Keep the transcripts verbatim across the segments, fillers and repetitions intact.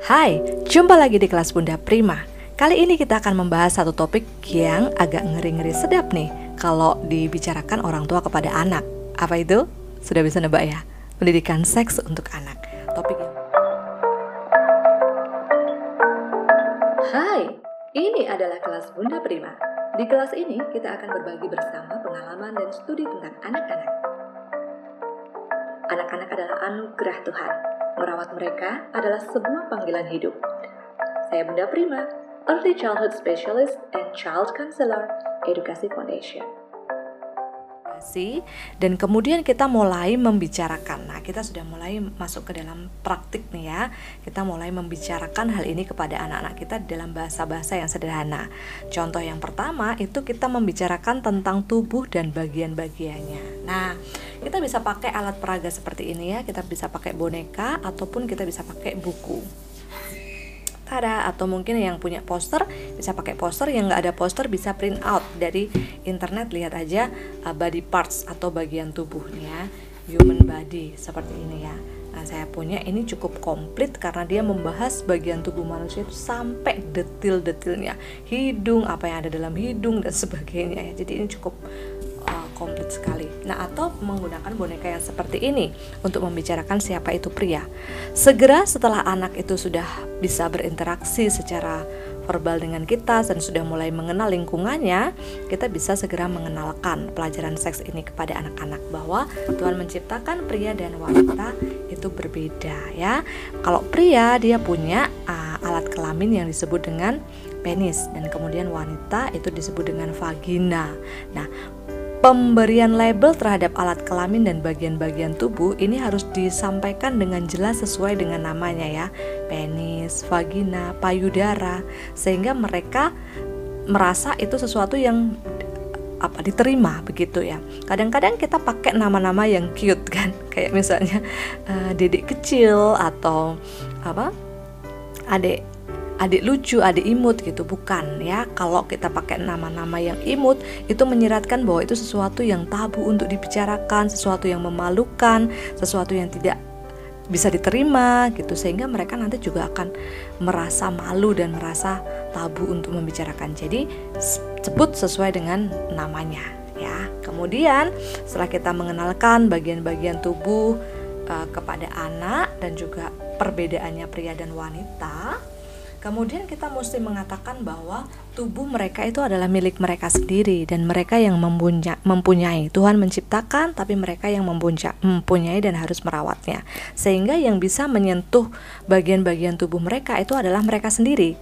Hai, jumpa lagi di kelas Bunda Prima. Kali ini kita akan membahas satu topik yang agak ngeri-ngeri sedap nih kalau dibicarakan orang tua kepada anak. Apa itu? Sudah bisa nebak ya? Pendidikan seks untuk anak. Topik yang... Hai, ini adalah kelas Bunda Prima. Di kelas ini kita akan berbagi bersama pengalaman dan studi tentang anak-anak. Anak-anak adalah anugerah Tuhan. Merawat mereka adalah sebuah panggilan hidup. Saya Bunda Prima, Early Childhood Specialist and Child Counselor, Edukasi Foundation. Dan kemudian kita mulai membicarakan. Nah, kita sudah mulai masuk ke dalam praktik nih ya. Kita mulai membicarakan hal ini kepada anak-anak kita dalam bahasa-bahasa yang sederhana. Contoh yang pertama itu kita membicarakan tentang tubuh dan bagian-bagiannya. Nah, kita bisa pakai alat peraga seperti ini ya. Kita bisa pakai boneka ataupun kita bisa pakai buku. Tada, atau mungkin yang punya poster bisa pakai poster, yang nggak ada poster bisa print out dari internet, lihat aja uh, body parts atau bagian tubuhnya, human body seperti ini ya. Nah, saya punya ini cukup komplit karena dia membahas bagian tubuh manusia itu sampai detil-detilnya, hidung, apa yang ada dalam hidung dan sebagainya ya. Jadi ini cukup uh, komplit sekali. Nah, atau menggunakan boneka yang seperti ini untuk membicarakan siapa itu pria. Segera setelah anak itu sudah bisa berinteraksi secara verbal dengan kita dan sudah mulai mengenal lingkungannya, kita bisa segera mengenalkan pelajaran seks ini kepada anak-anak bahwa Tuhan menciptakan pria dan wanita itu berbeda ya. Kalau pria dia punya uh, alat kelamin yang disebut dengan penis, dan kemudian wanita itu disebut dengan vagina. Nah, pemberian label terhadap alat kelamin dan bagian-bagian tubuh ini harus disampaikan dengan jelas sesuai dengan namanya ya, penis, vagina, payudara, sehingga mereka merasa itu sesuatu yang apa diterima begitu ya. Kadang-kadang kita pakai nama-nama yang cute kan, kayak misalnya uh, dedek kecil atau apa adik adik lucu, adik imut gitu, bukan ya. Kalau kita pakai nama-nama yang imut itu menyiratkan bahwa itu sesuatu yang tabu untuk dibicarakan, sesuatu yang memalukan, sesuatu yang tidak bisa diterima gitu, sehingga mereka nanti juga akan merasa malu dan merasa tabu untuk membicarakan. Jadi sebut sesuai dengan namanya ya. Kemudian setelah kita mengenalkan bagian-bagian tubuh uh, kepada anak dan juga perbedaannya pria dan wanita, kemudian kita mesti mengatakan bahwa tubuh mereka itu adalah milik mereka sendiri dan mereka yang mempunyai, mempunyai. Tuhan menciptakan tapi mereka yang mempunyai, mempunyai dan harus merawatnya. Sehingga yang bisa menyentuh bagian-bagian tubuh mereka itu adalah mereka sendiri.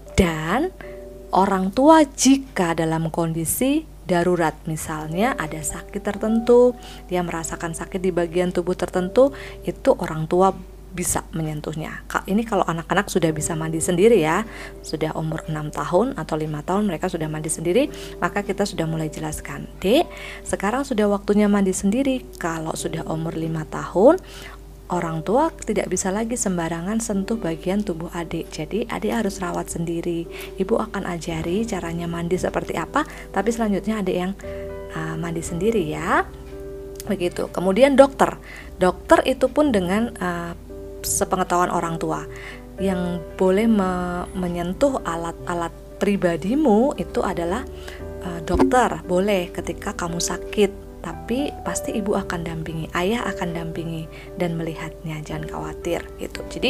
Dan orang tua jika dalam kondisi darurat, misalnya ada sakit tertentu, dia merasakan sakit di bagian tubuh tertentu, itu orang tua bisa menyentuhnya. Ini kalau anak-anak sudah bisa mandi sendiri ya, sudah umur enam tahun atau lima tahun mereka sudah mandi sendiri, maka kita sudah mulai jelaskan, Dek, sekarang sudah waktunya mandi sendiri. Kalau sudah umur lima tahun, orang tua tidak bisa lagi sembarangan sentuh bagian tubuh adik. Jadi adik harus rawat sendiri. Ibu akan ajari caranya mandi seperti apa, tapi selanjutnya adik yang uh, mandi sendiri ya. Begitu. Kemudian dokter. Dokter itu pun dengan uh, sepengetahuan orang tua, yang boleh me- menyentuh alat-alat pribadimu itu adalah uh, dokter, boleh ketika kamu sakit, tapi pasti ibu akan dampingi, ayah akan dampingi dan melihatnya, jangan khawatir gitu. Jadi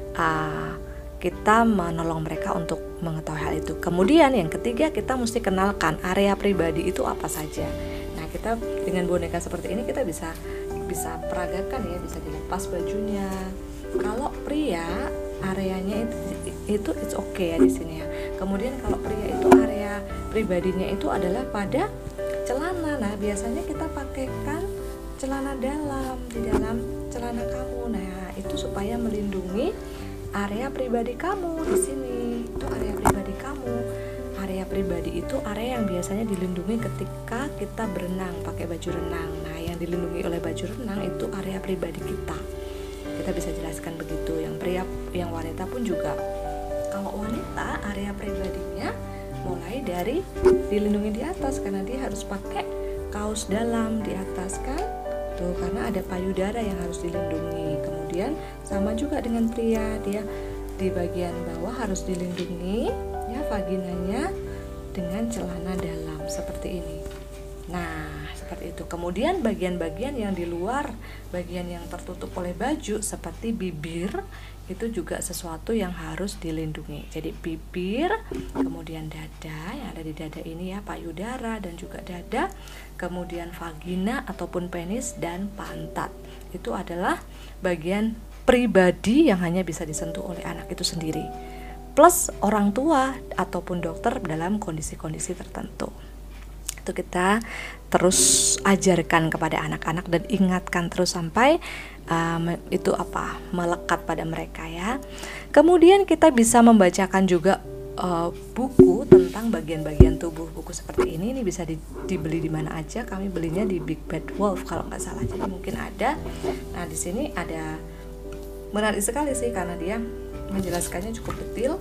uh, kita menolong mereka untuk mengetahui hal itu. Kemudian yang ketiga, kita mesti kenalkan area pribadi itu apa saja. Nah, kita dengan boneka seperti ini kita bisa bisa peragakan ya, bisa dilepas bajunya. Kalau pria areanya itu itu it's okay ya di sini ya. Kemudian kalau pria itu area pribadinya itu adalah pada celana. Nah, biasanya kita pakaikan celana dalam di dalam celana kamu. Nah, itu supaya melindungi area pribadi kamu di sini. Itu area pribadi kamu. Area pribadi itu area yang biasanya dilindungi ketika kita berenang pakai baju renang. Nah, yang dilindungi oleh baju renang itu area pribadi kita. Kita bisa jelaskan begitu. Yang pria, yang wanita pun juga. Kalau wanita, area pribadinya mulai dari dilindungi di atas karena dia harus pakai kaos dalam di atas kan. Tuh, karena ada payudara yang harus dilindungi. Kemudian sama juga dengan pria, dia di bagian bawah harus dilindungi ya vaginanya dengan celana dalam seperti ini. Nah, seperti itu. Kemudian bagian-bagian yang di luar, bagian yang tertutup oleh baju seperti bibir, itu juga sesuatu yang harus dilindungi. Jadi bibir, kemudian dada, yang ada di dada ini ya, payudara dan juga dada, kemudian vagina ataupun penis, dan pantat. Itu adalah bagian pribadi yang hanya bisa disentuh oleh anak itu sendiri, plus orang tua ataupun dokter dalam kondisi-kondisi tertentu. Itu kita terus ajarkan kepada anak-anak dan ingatkan terus sampai um, itu apa melekat pada mereka ya. Kemudian kita bisa membacakan juga uh, buku tentang bagian-bagian tubuh. Buku seperti ini ini bisa di, dibeli di mana aja. Kami belinya di Big Bad Wolf kalau nggak salah. Jadi mungkin ada. Nah, di sini ada, menarik sekali sih karena dia menjelaskannya cukup detail.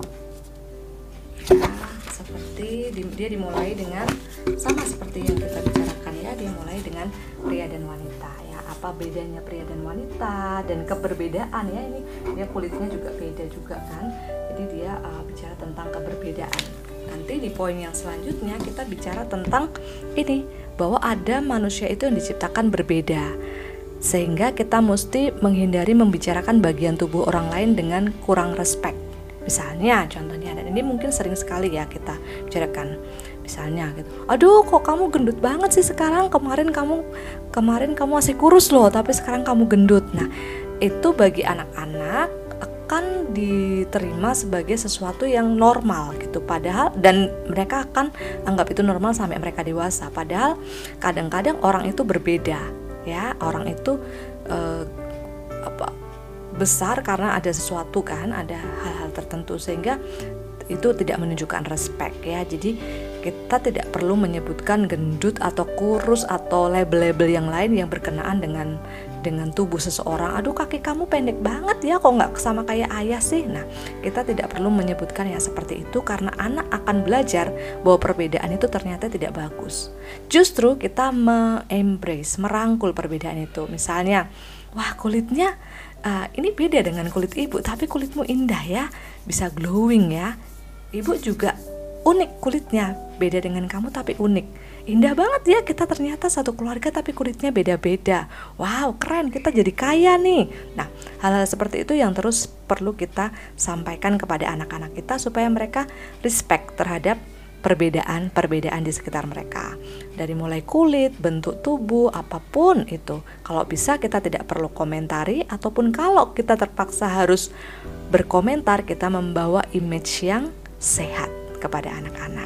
Nah, seperti dia dimulai dengan sama seperti yang kita bicarakan ya, dia mulai dengan pria dan wanita ya, apa bedanya pria dan wanita dan keberbedaan ya, ini dia kulitnya juga beda juga kan, jadi dia uh, bicara tentang keberbedaan. Nanti di poin yang selanjutnya kita bicara tentang ini, bahwa ada manusia itu yang diciptakan berbeda, sehingga kita mesti menghindari membicarakan bagian tubuh orang lain dengan kurang respect. Misalnya contohnya, dan ini mungkin sering sekali ya kita bicarakan, misalnya gitu, aduh kok kamu gendut banget sih sekarang, kemarin kamu kemarin kamu masih kurus loh tapi sekarang kamu gendut. Nah, itu bagi anak-anak akan diterima sebagai sesuatu yang normal gitu, padahal, dan mereka akan anggap itu normal sampai mereka dewasa, padahal kadang-kadang orang itu berbeda ya, orang itu eh, apa besar karena ada sesuatu kan, ada hal-hal tertentu sehingga itu tidak menunjukkan respect ya. Jadi kita tidak perlu menyebutkan gendut atau kurus atau label-label yang lain yang berkenaan dengan dengan tubuh seseorang. Aduh kaki kamu pendek banget ya, kok nggak sama kayak ayah sih. Nah, kita tidak perlu menyebutkan yang seperti itu karena anak akan belajar bahwa perbedaan itu ternyata tidak bagus. Justru kita me-embrace, merangkul perbedaan itu. Misalnya, wah kulitnya Uh, ini beda dengan kulit ibu, tapi kulitmu indah ya, bisa glowing ya. Ibu juga unik kulitnya, beda dengan kamu tapi unik. Indah banget ya, kita ternyata satu keluarga tapi kulitnya beda-beda. Wow, keren, kita jadi kaya nih. Nah, hal-hal seperti itu yang terus perlu kita sampaikan kepada anak-anak kita supaya mereka respect terhadap perbedaan-perbedaan di sekitar mereka. Dari mulai kulit, bentuk tubuh, apapun itu. Kalau bisa kita tidak perlu komentari, ataupun kalau kita terpaksa harus berkomentar, kita membawa image yang sehat kepada anak-anak.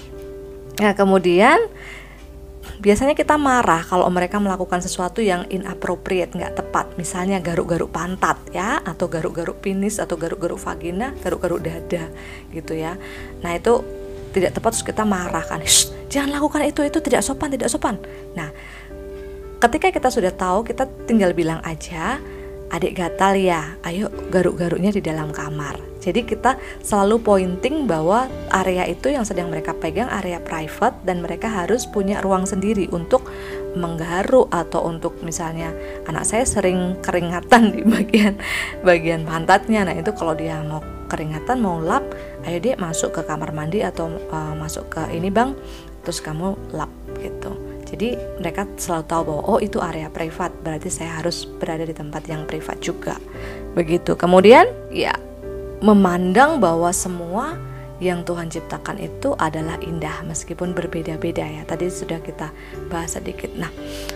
Nah, kemudian biasanya kita marah kalau mereka melakukan sesuatu yang inappropriate, nggak tepat. Misalnya garuk-garuk pantat ya, atau garuk-garuk penis, atau garuk-garuk vagina, garuk-garuk dada gitu ya. Nah, itu tidak tepat, terus kita marah kan, jangan lakukan itu, itu tidak sopan, tidak sopan. Nah, ketika kita sudah tahu, kita tinggal bilang aja, adik gatal ya, ayo garuk-garuknya di dalam kamar. Jadi kita selalu pointing bahwa area itu yang sedang mereka pegang area private, dan mereka harus punya ruang sendiri untuk menggaruk, atau untuk misalnya anak saya sering keringatan di bagian bagian pantatnya. Nah, itu kalau dia mau keringatan, mau lap, ayo dek masuk ke kamar mandi atau uh, masuk ke ini bang, terus kamu lap gitu. Jadi mereka selalu tahu bahwa oh itu area privat, berarti saya harus berada di tempat yang privat juga. Begitu. Kemudian ya memandang bahwa semua yang Tuhan ciptakan itu adalah indah meskipun berbeda-beda ya. Tadi sudah kita bahas sedikit. Nah,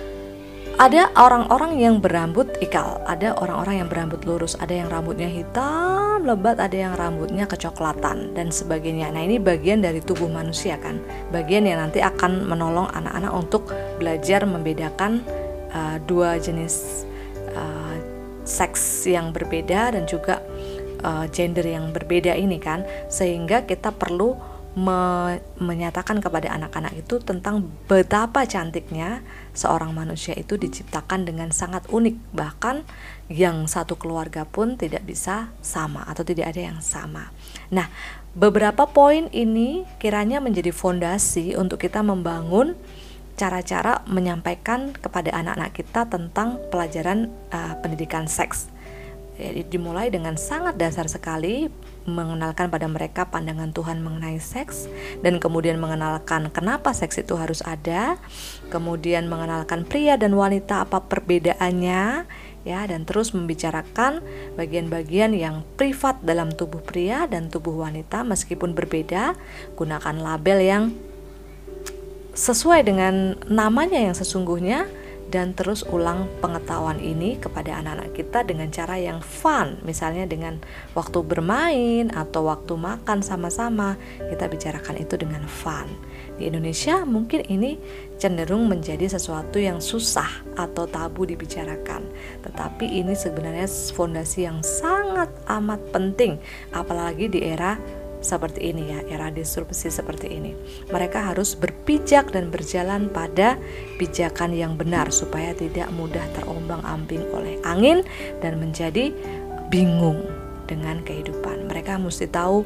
ada orang-orang yang berambut ikal, ada orang-orang yang berambut lurus, ada yang rambutnya hitam lebat, ada yang rambutnya kecoklatan dan sebagainya. Nah, ini bagian dari tubuh manusia kan, bagian yang nanti akan menolong anak-anak untuk belajar membedakan uh, dua jenis uh, seks yang berbeda dan juga uh, gender yang berbeda ini kan, sehingga kita perlu me- menyatakan kepada anak-anak itu tentang betapa cantiknya seorang manusia itu diciptakan dengan sangat unik, bahkan yang satu keluarga pun tidak bisa sama atau tidak ada yang sama. Nah, beberapa poin ini kiranya menjadi fondasi untuk kita membangun cara-cara menyampaikan kepada anak-anak kita tentang pelajaran uh, pendidikan seks. Jadi dimulai dengan sangat dasar sekali, mengenalkan pada mereka pandangan Tuhan mengenai seks, dan kemudian mengenalkan kenapa seks itu harus ada, kemudian mengenalkan pria dan wanita apa perbedaannya, ya, dan terus membicarakan bagian-bagian yang privat dalam tubuh pria dan tubuh wanita meskipun berbeda. Gunakan label yang sesuai dengan namanya yang sesungguhnya, dan terus ulang pengetahuan ini kepada anak-anak kita dengan cara yang fun, misalnya dengan waktu bermain atau waktu makan sama-sama, kita bicarakan itu dengan fun. Di Indonesia mungkin ini cenderung menjadi sesuatu yang susah atau tabu dibicarakan, tetapi ini sebenarnya fondasi yang sangat amat penting, apalagi di era seperti ini ya, era disrupsi seperti ini. Mereka harus berpijak dan berjalan pada pijakan yang benar supaya tidak mudah terombang-ambing oleh angin dan menjadi bingung dengan kehidupan. Mereka mesti tahu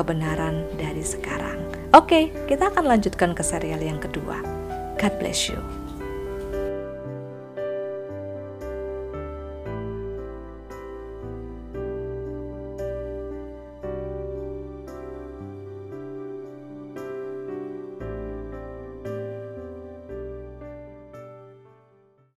kebenaran dari sekarang. Oke, kita akan lanjutkan ke serial yang kedua. God bless you.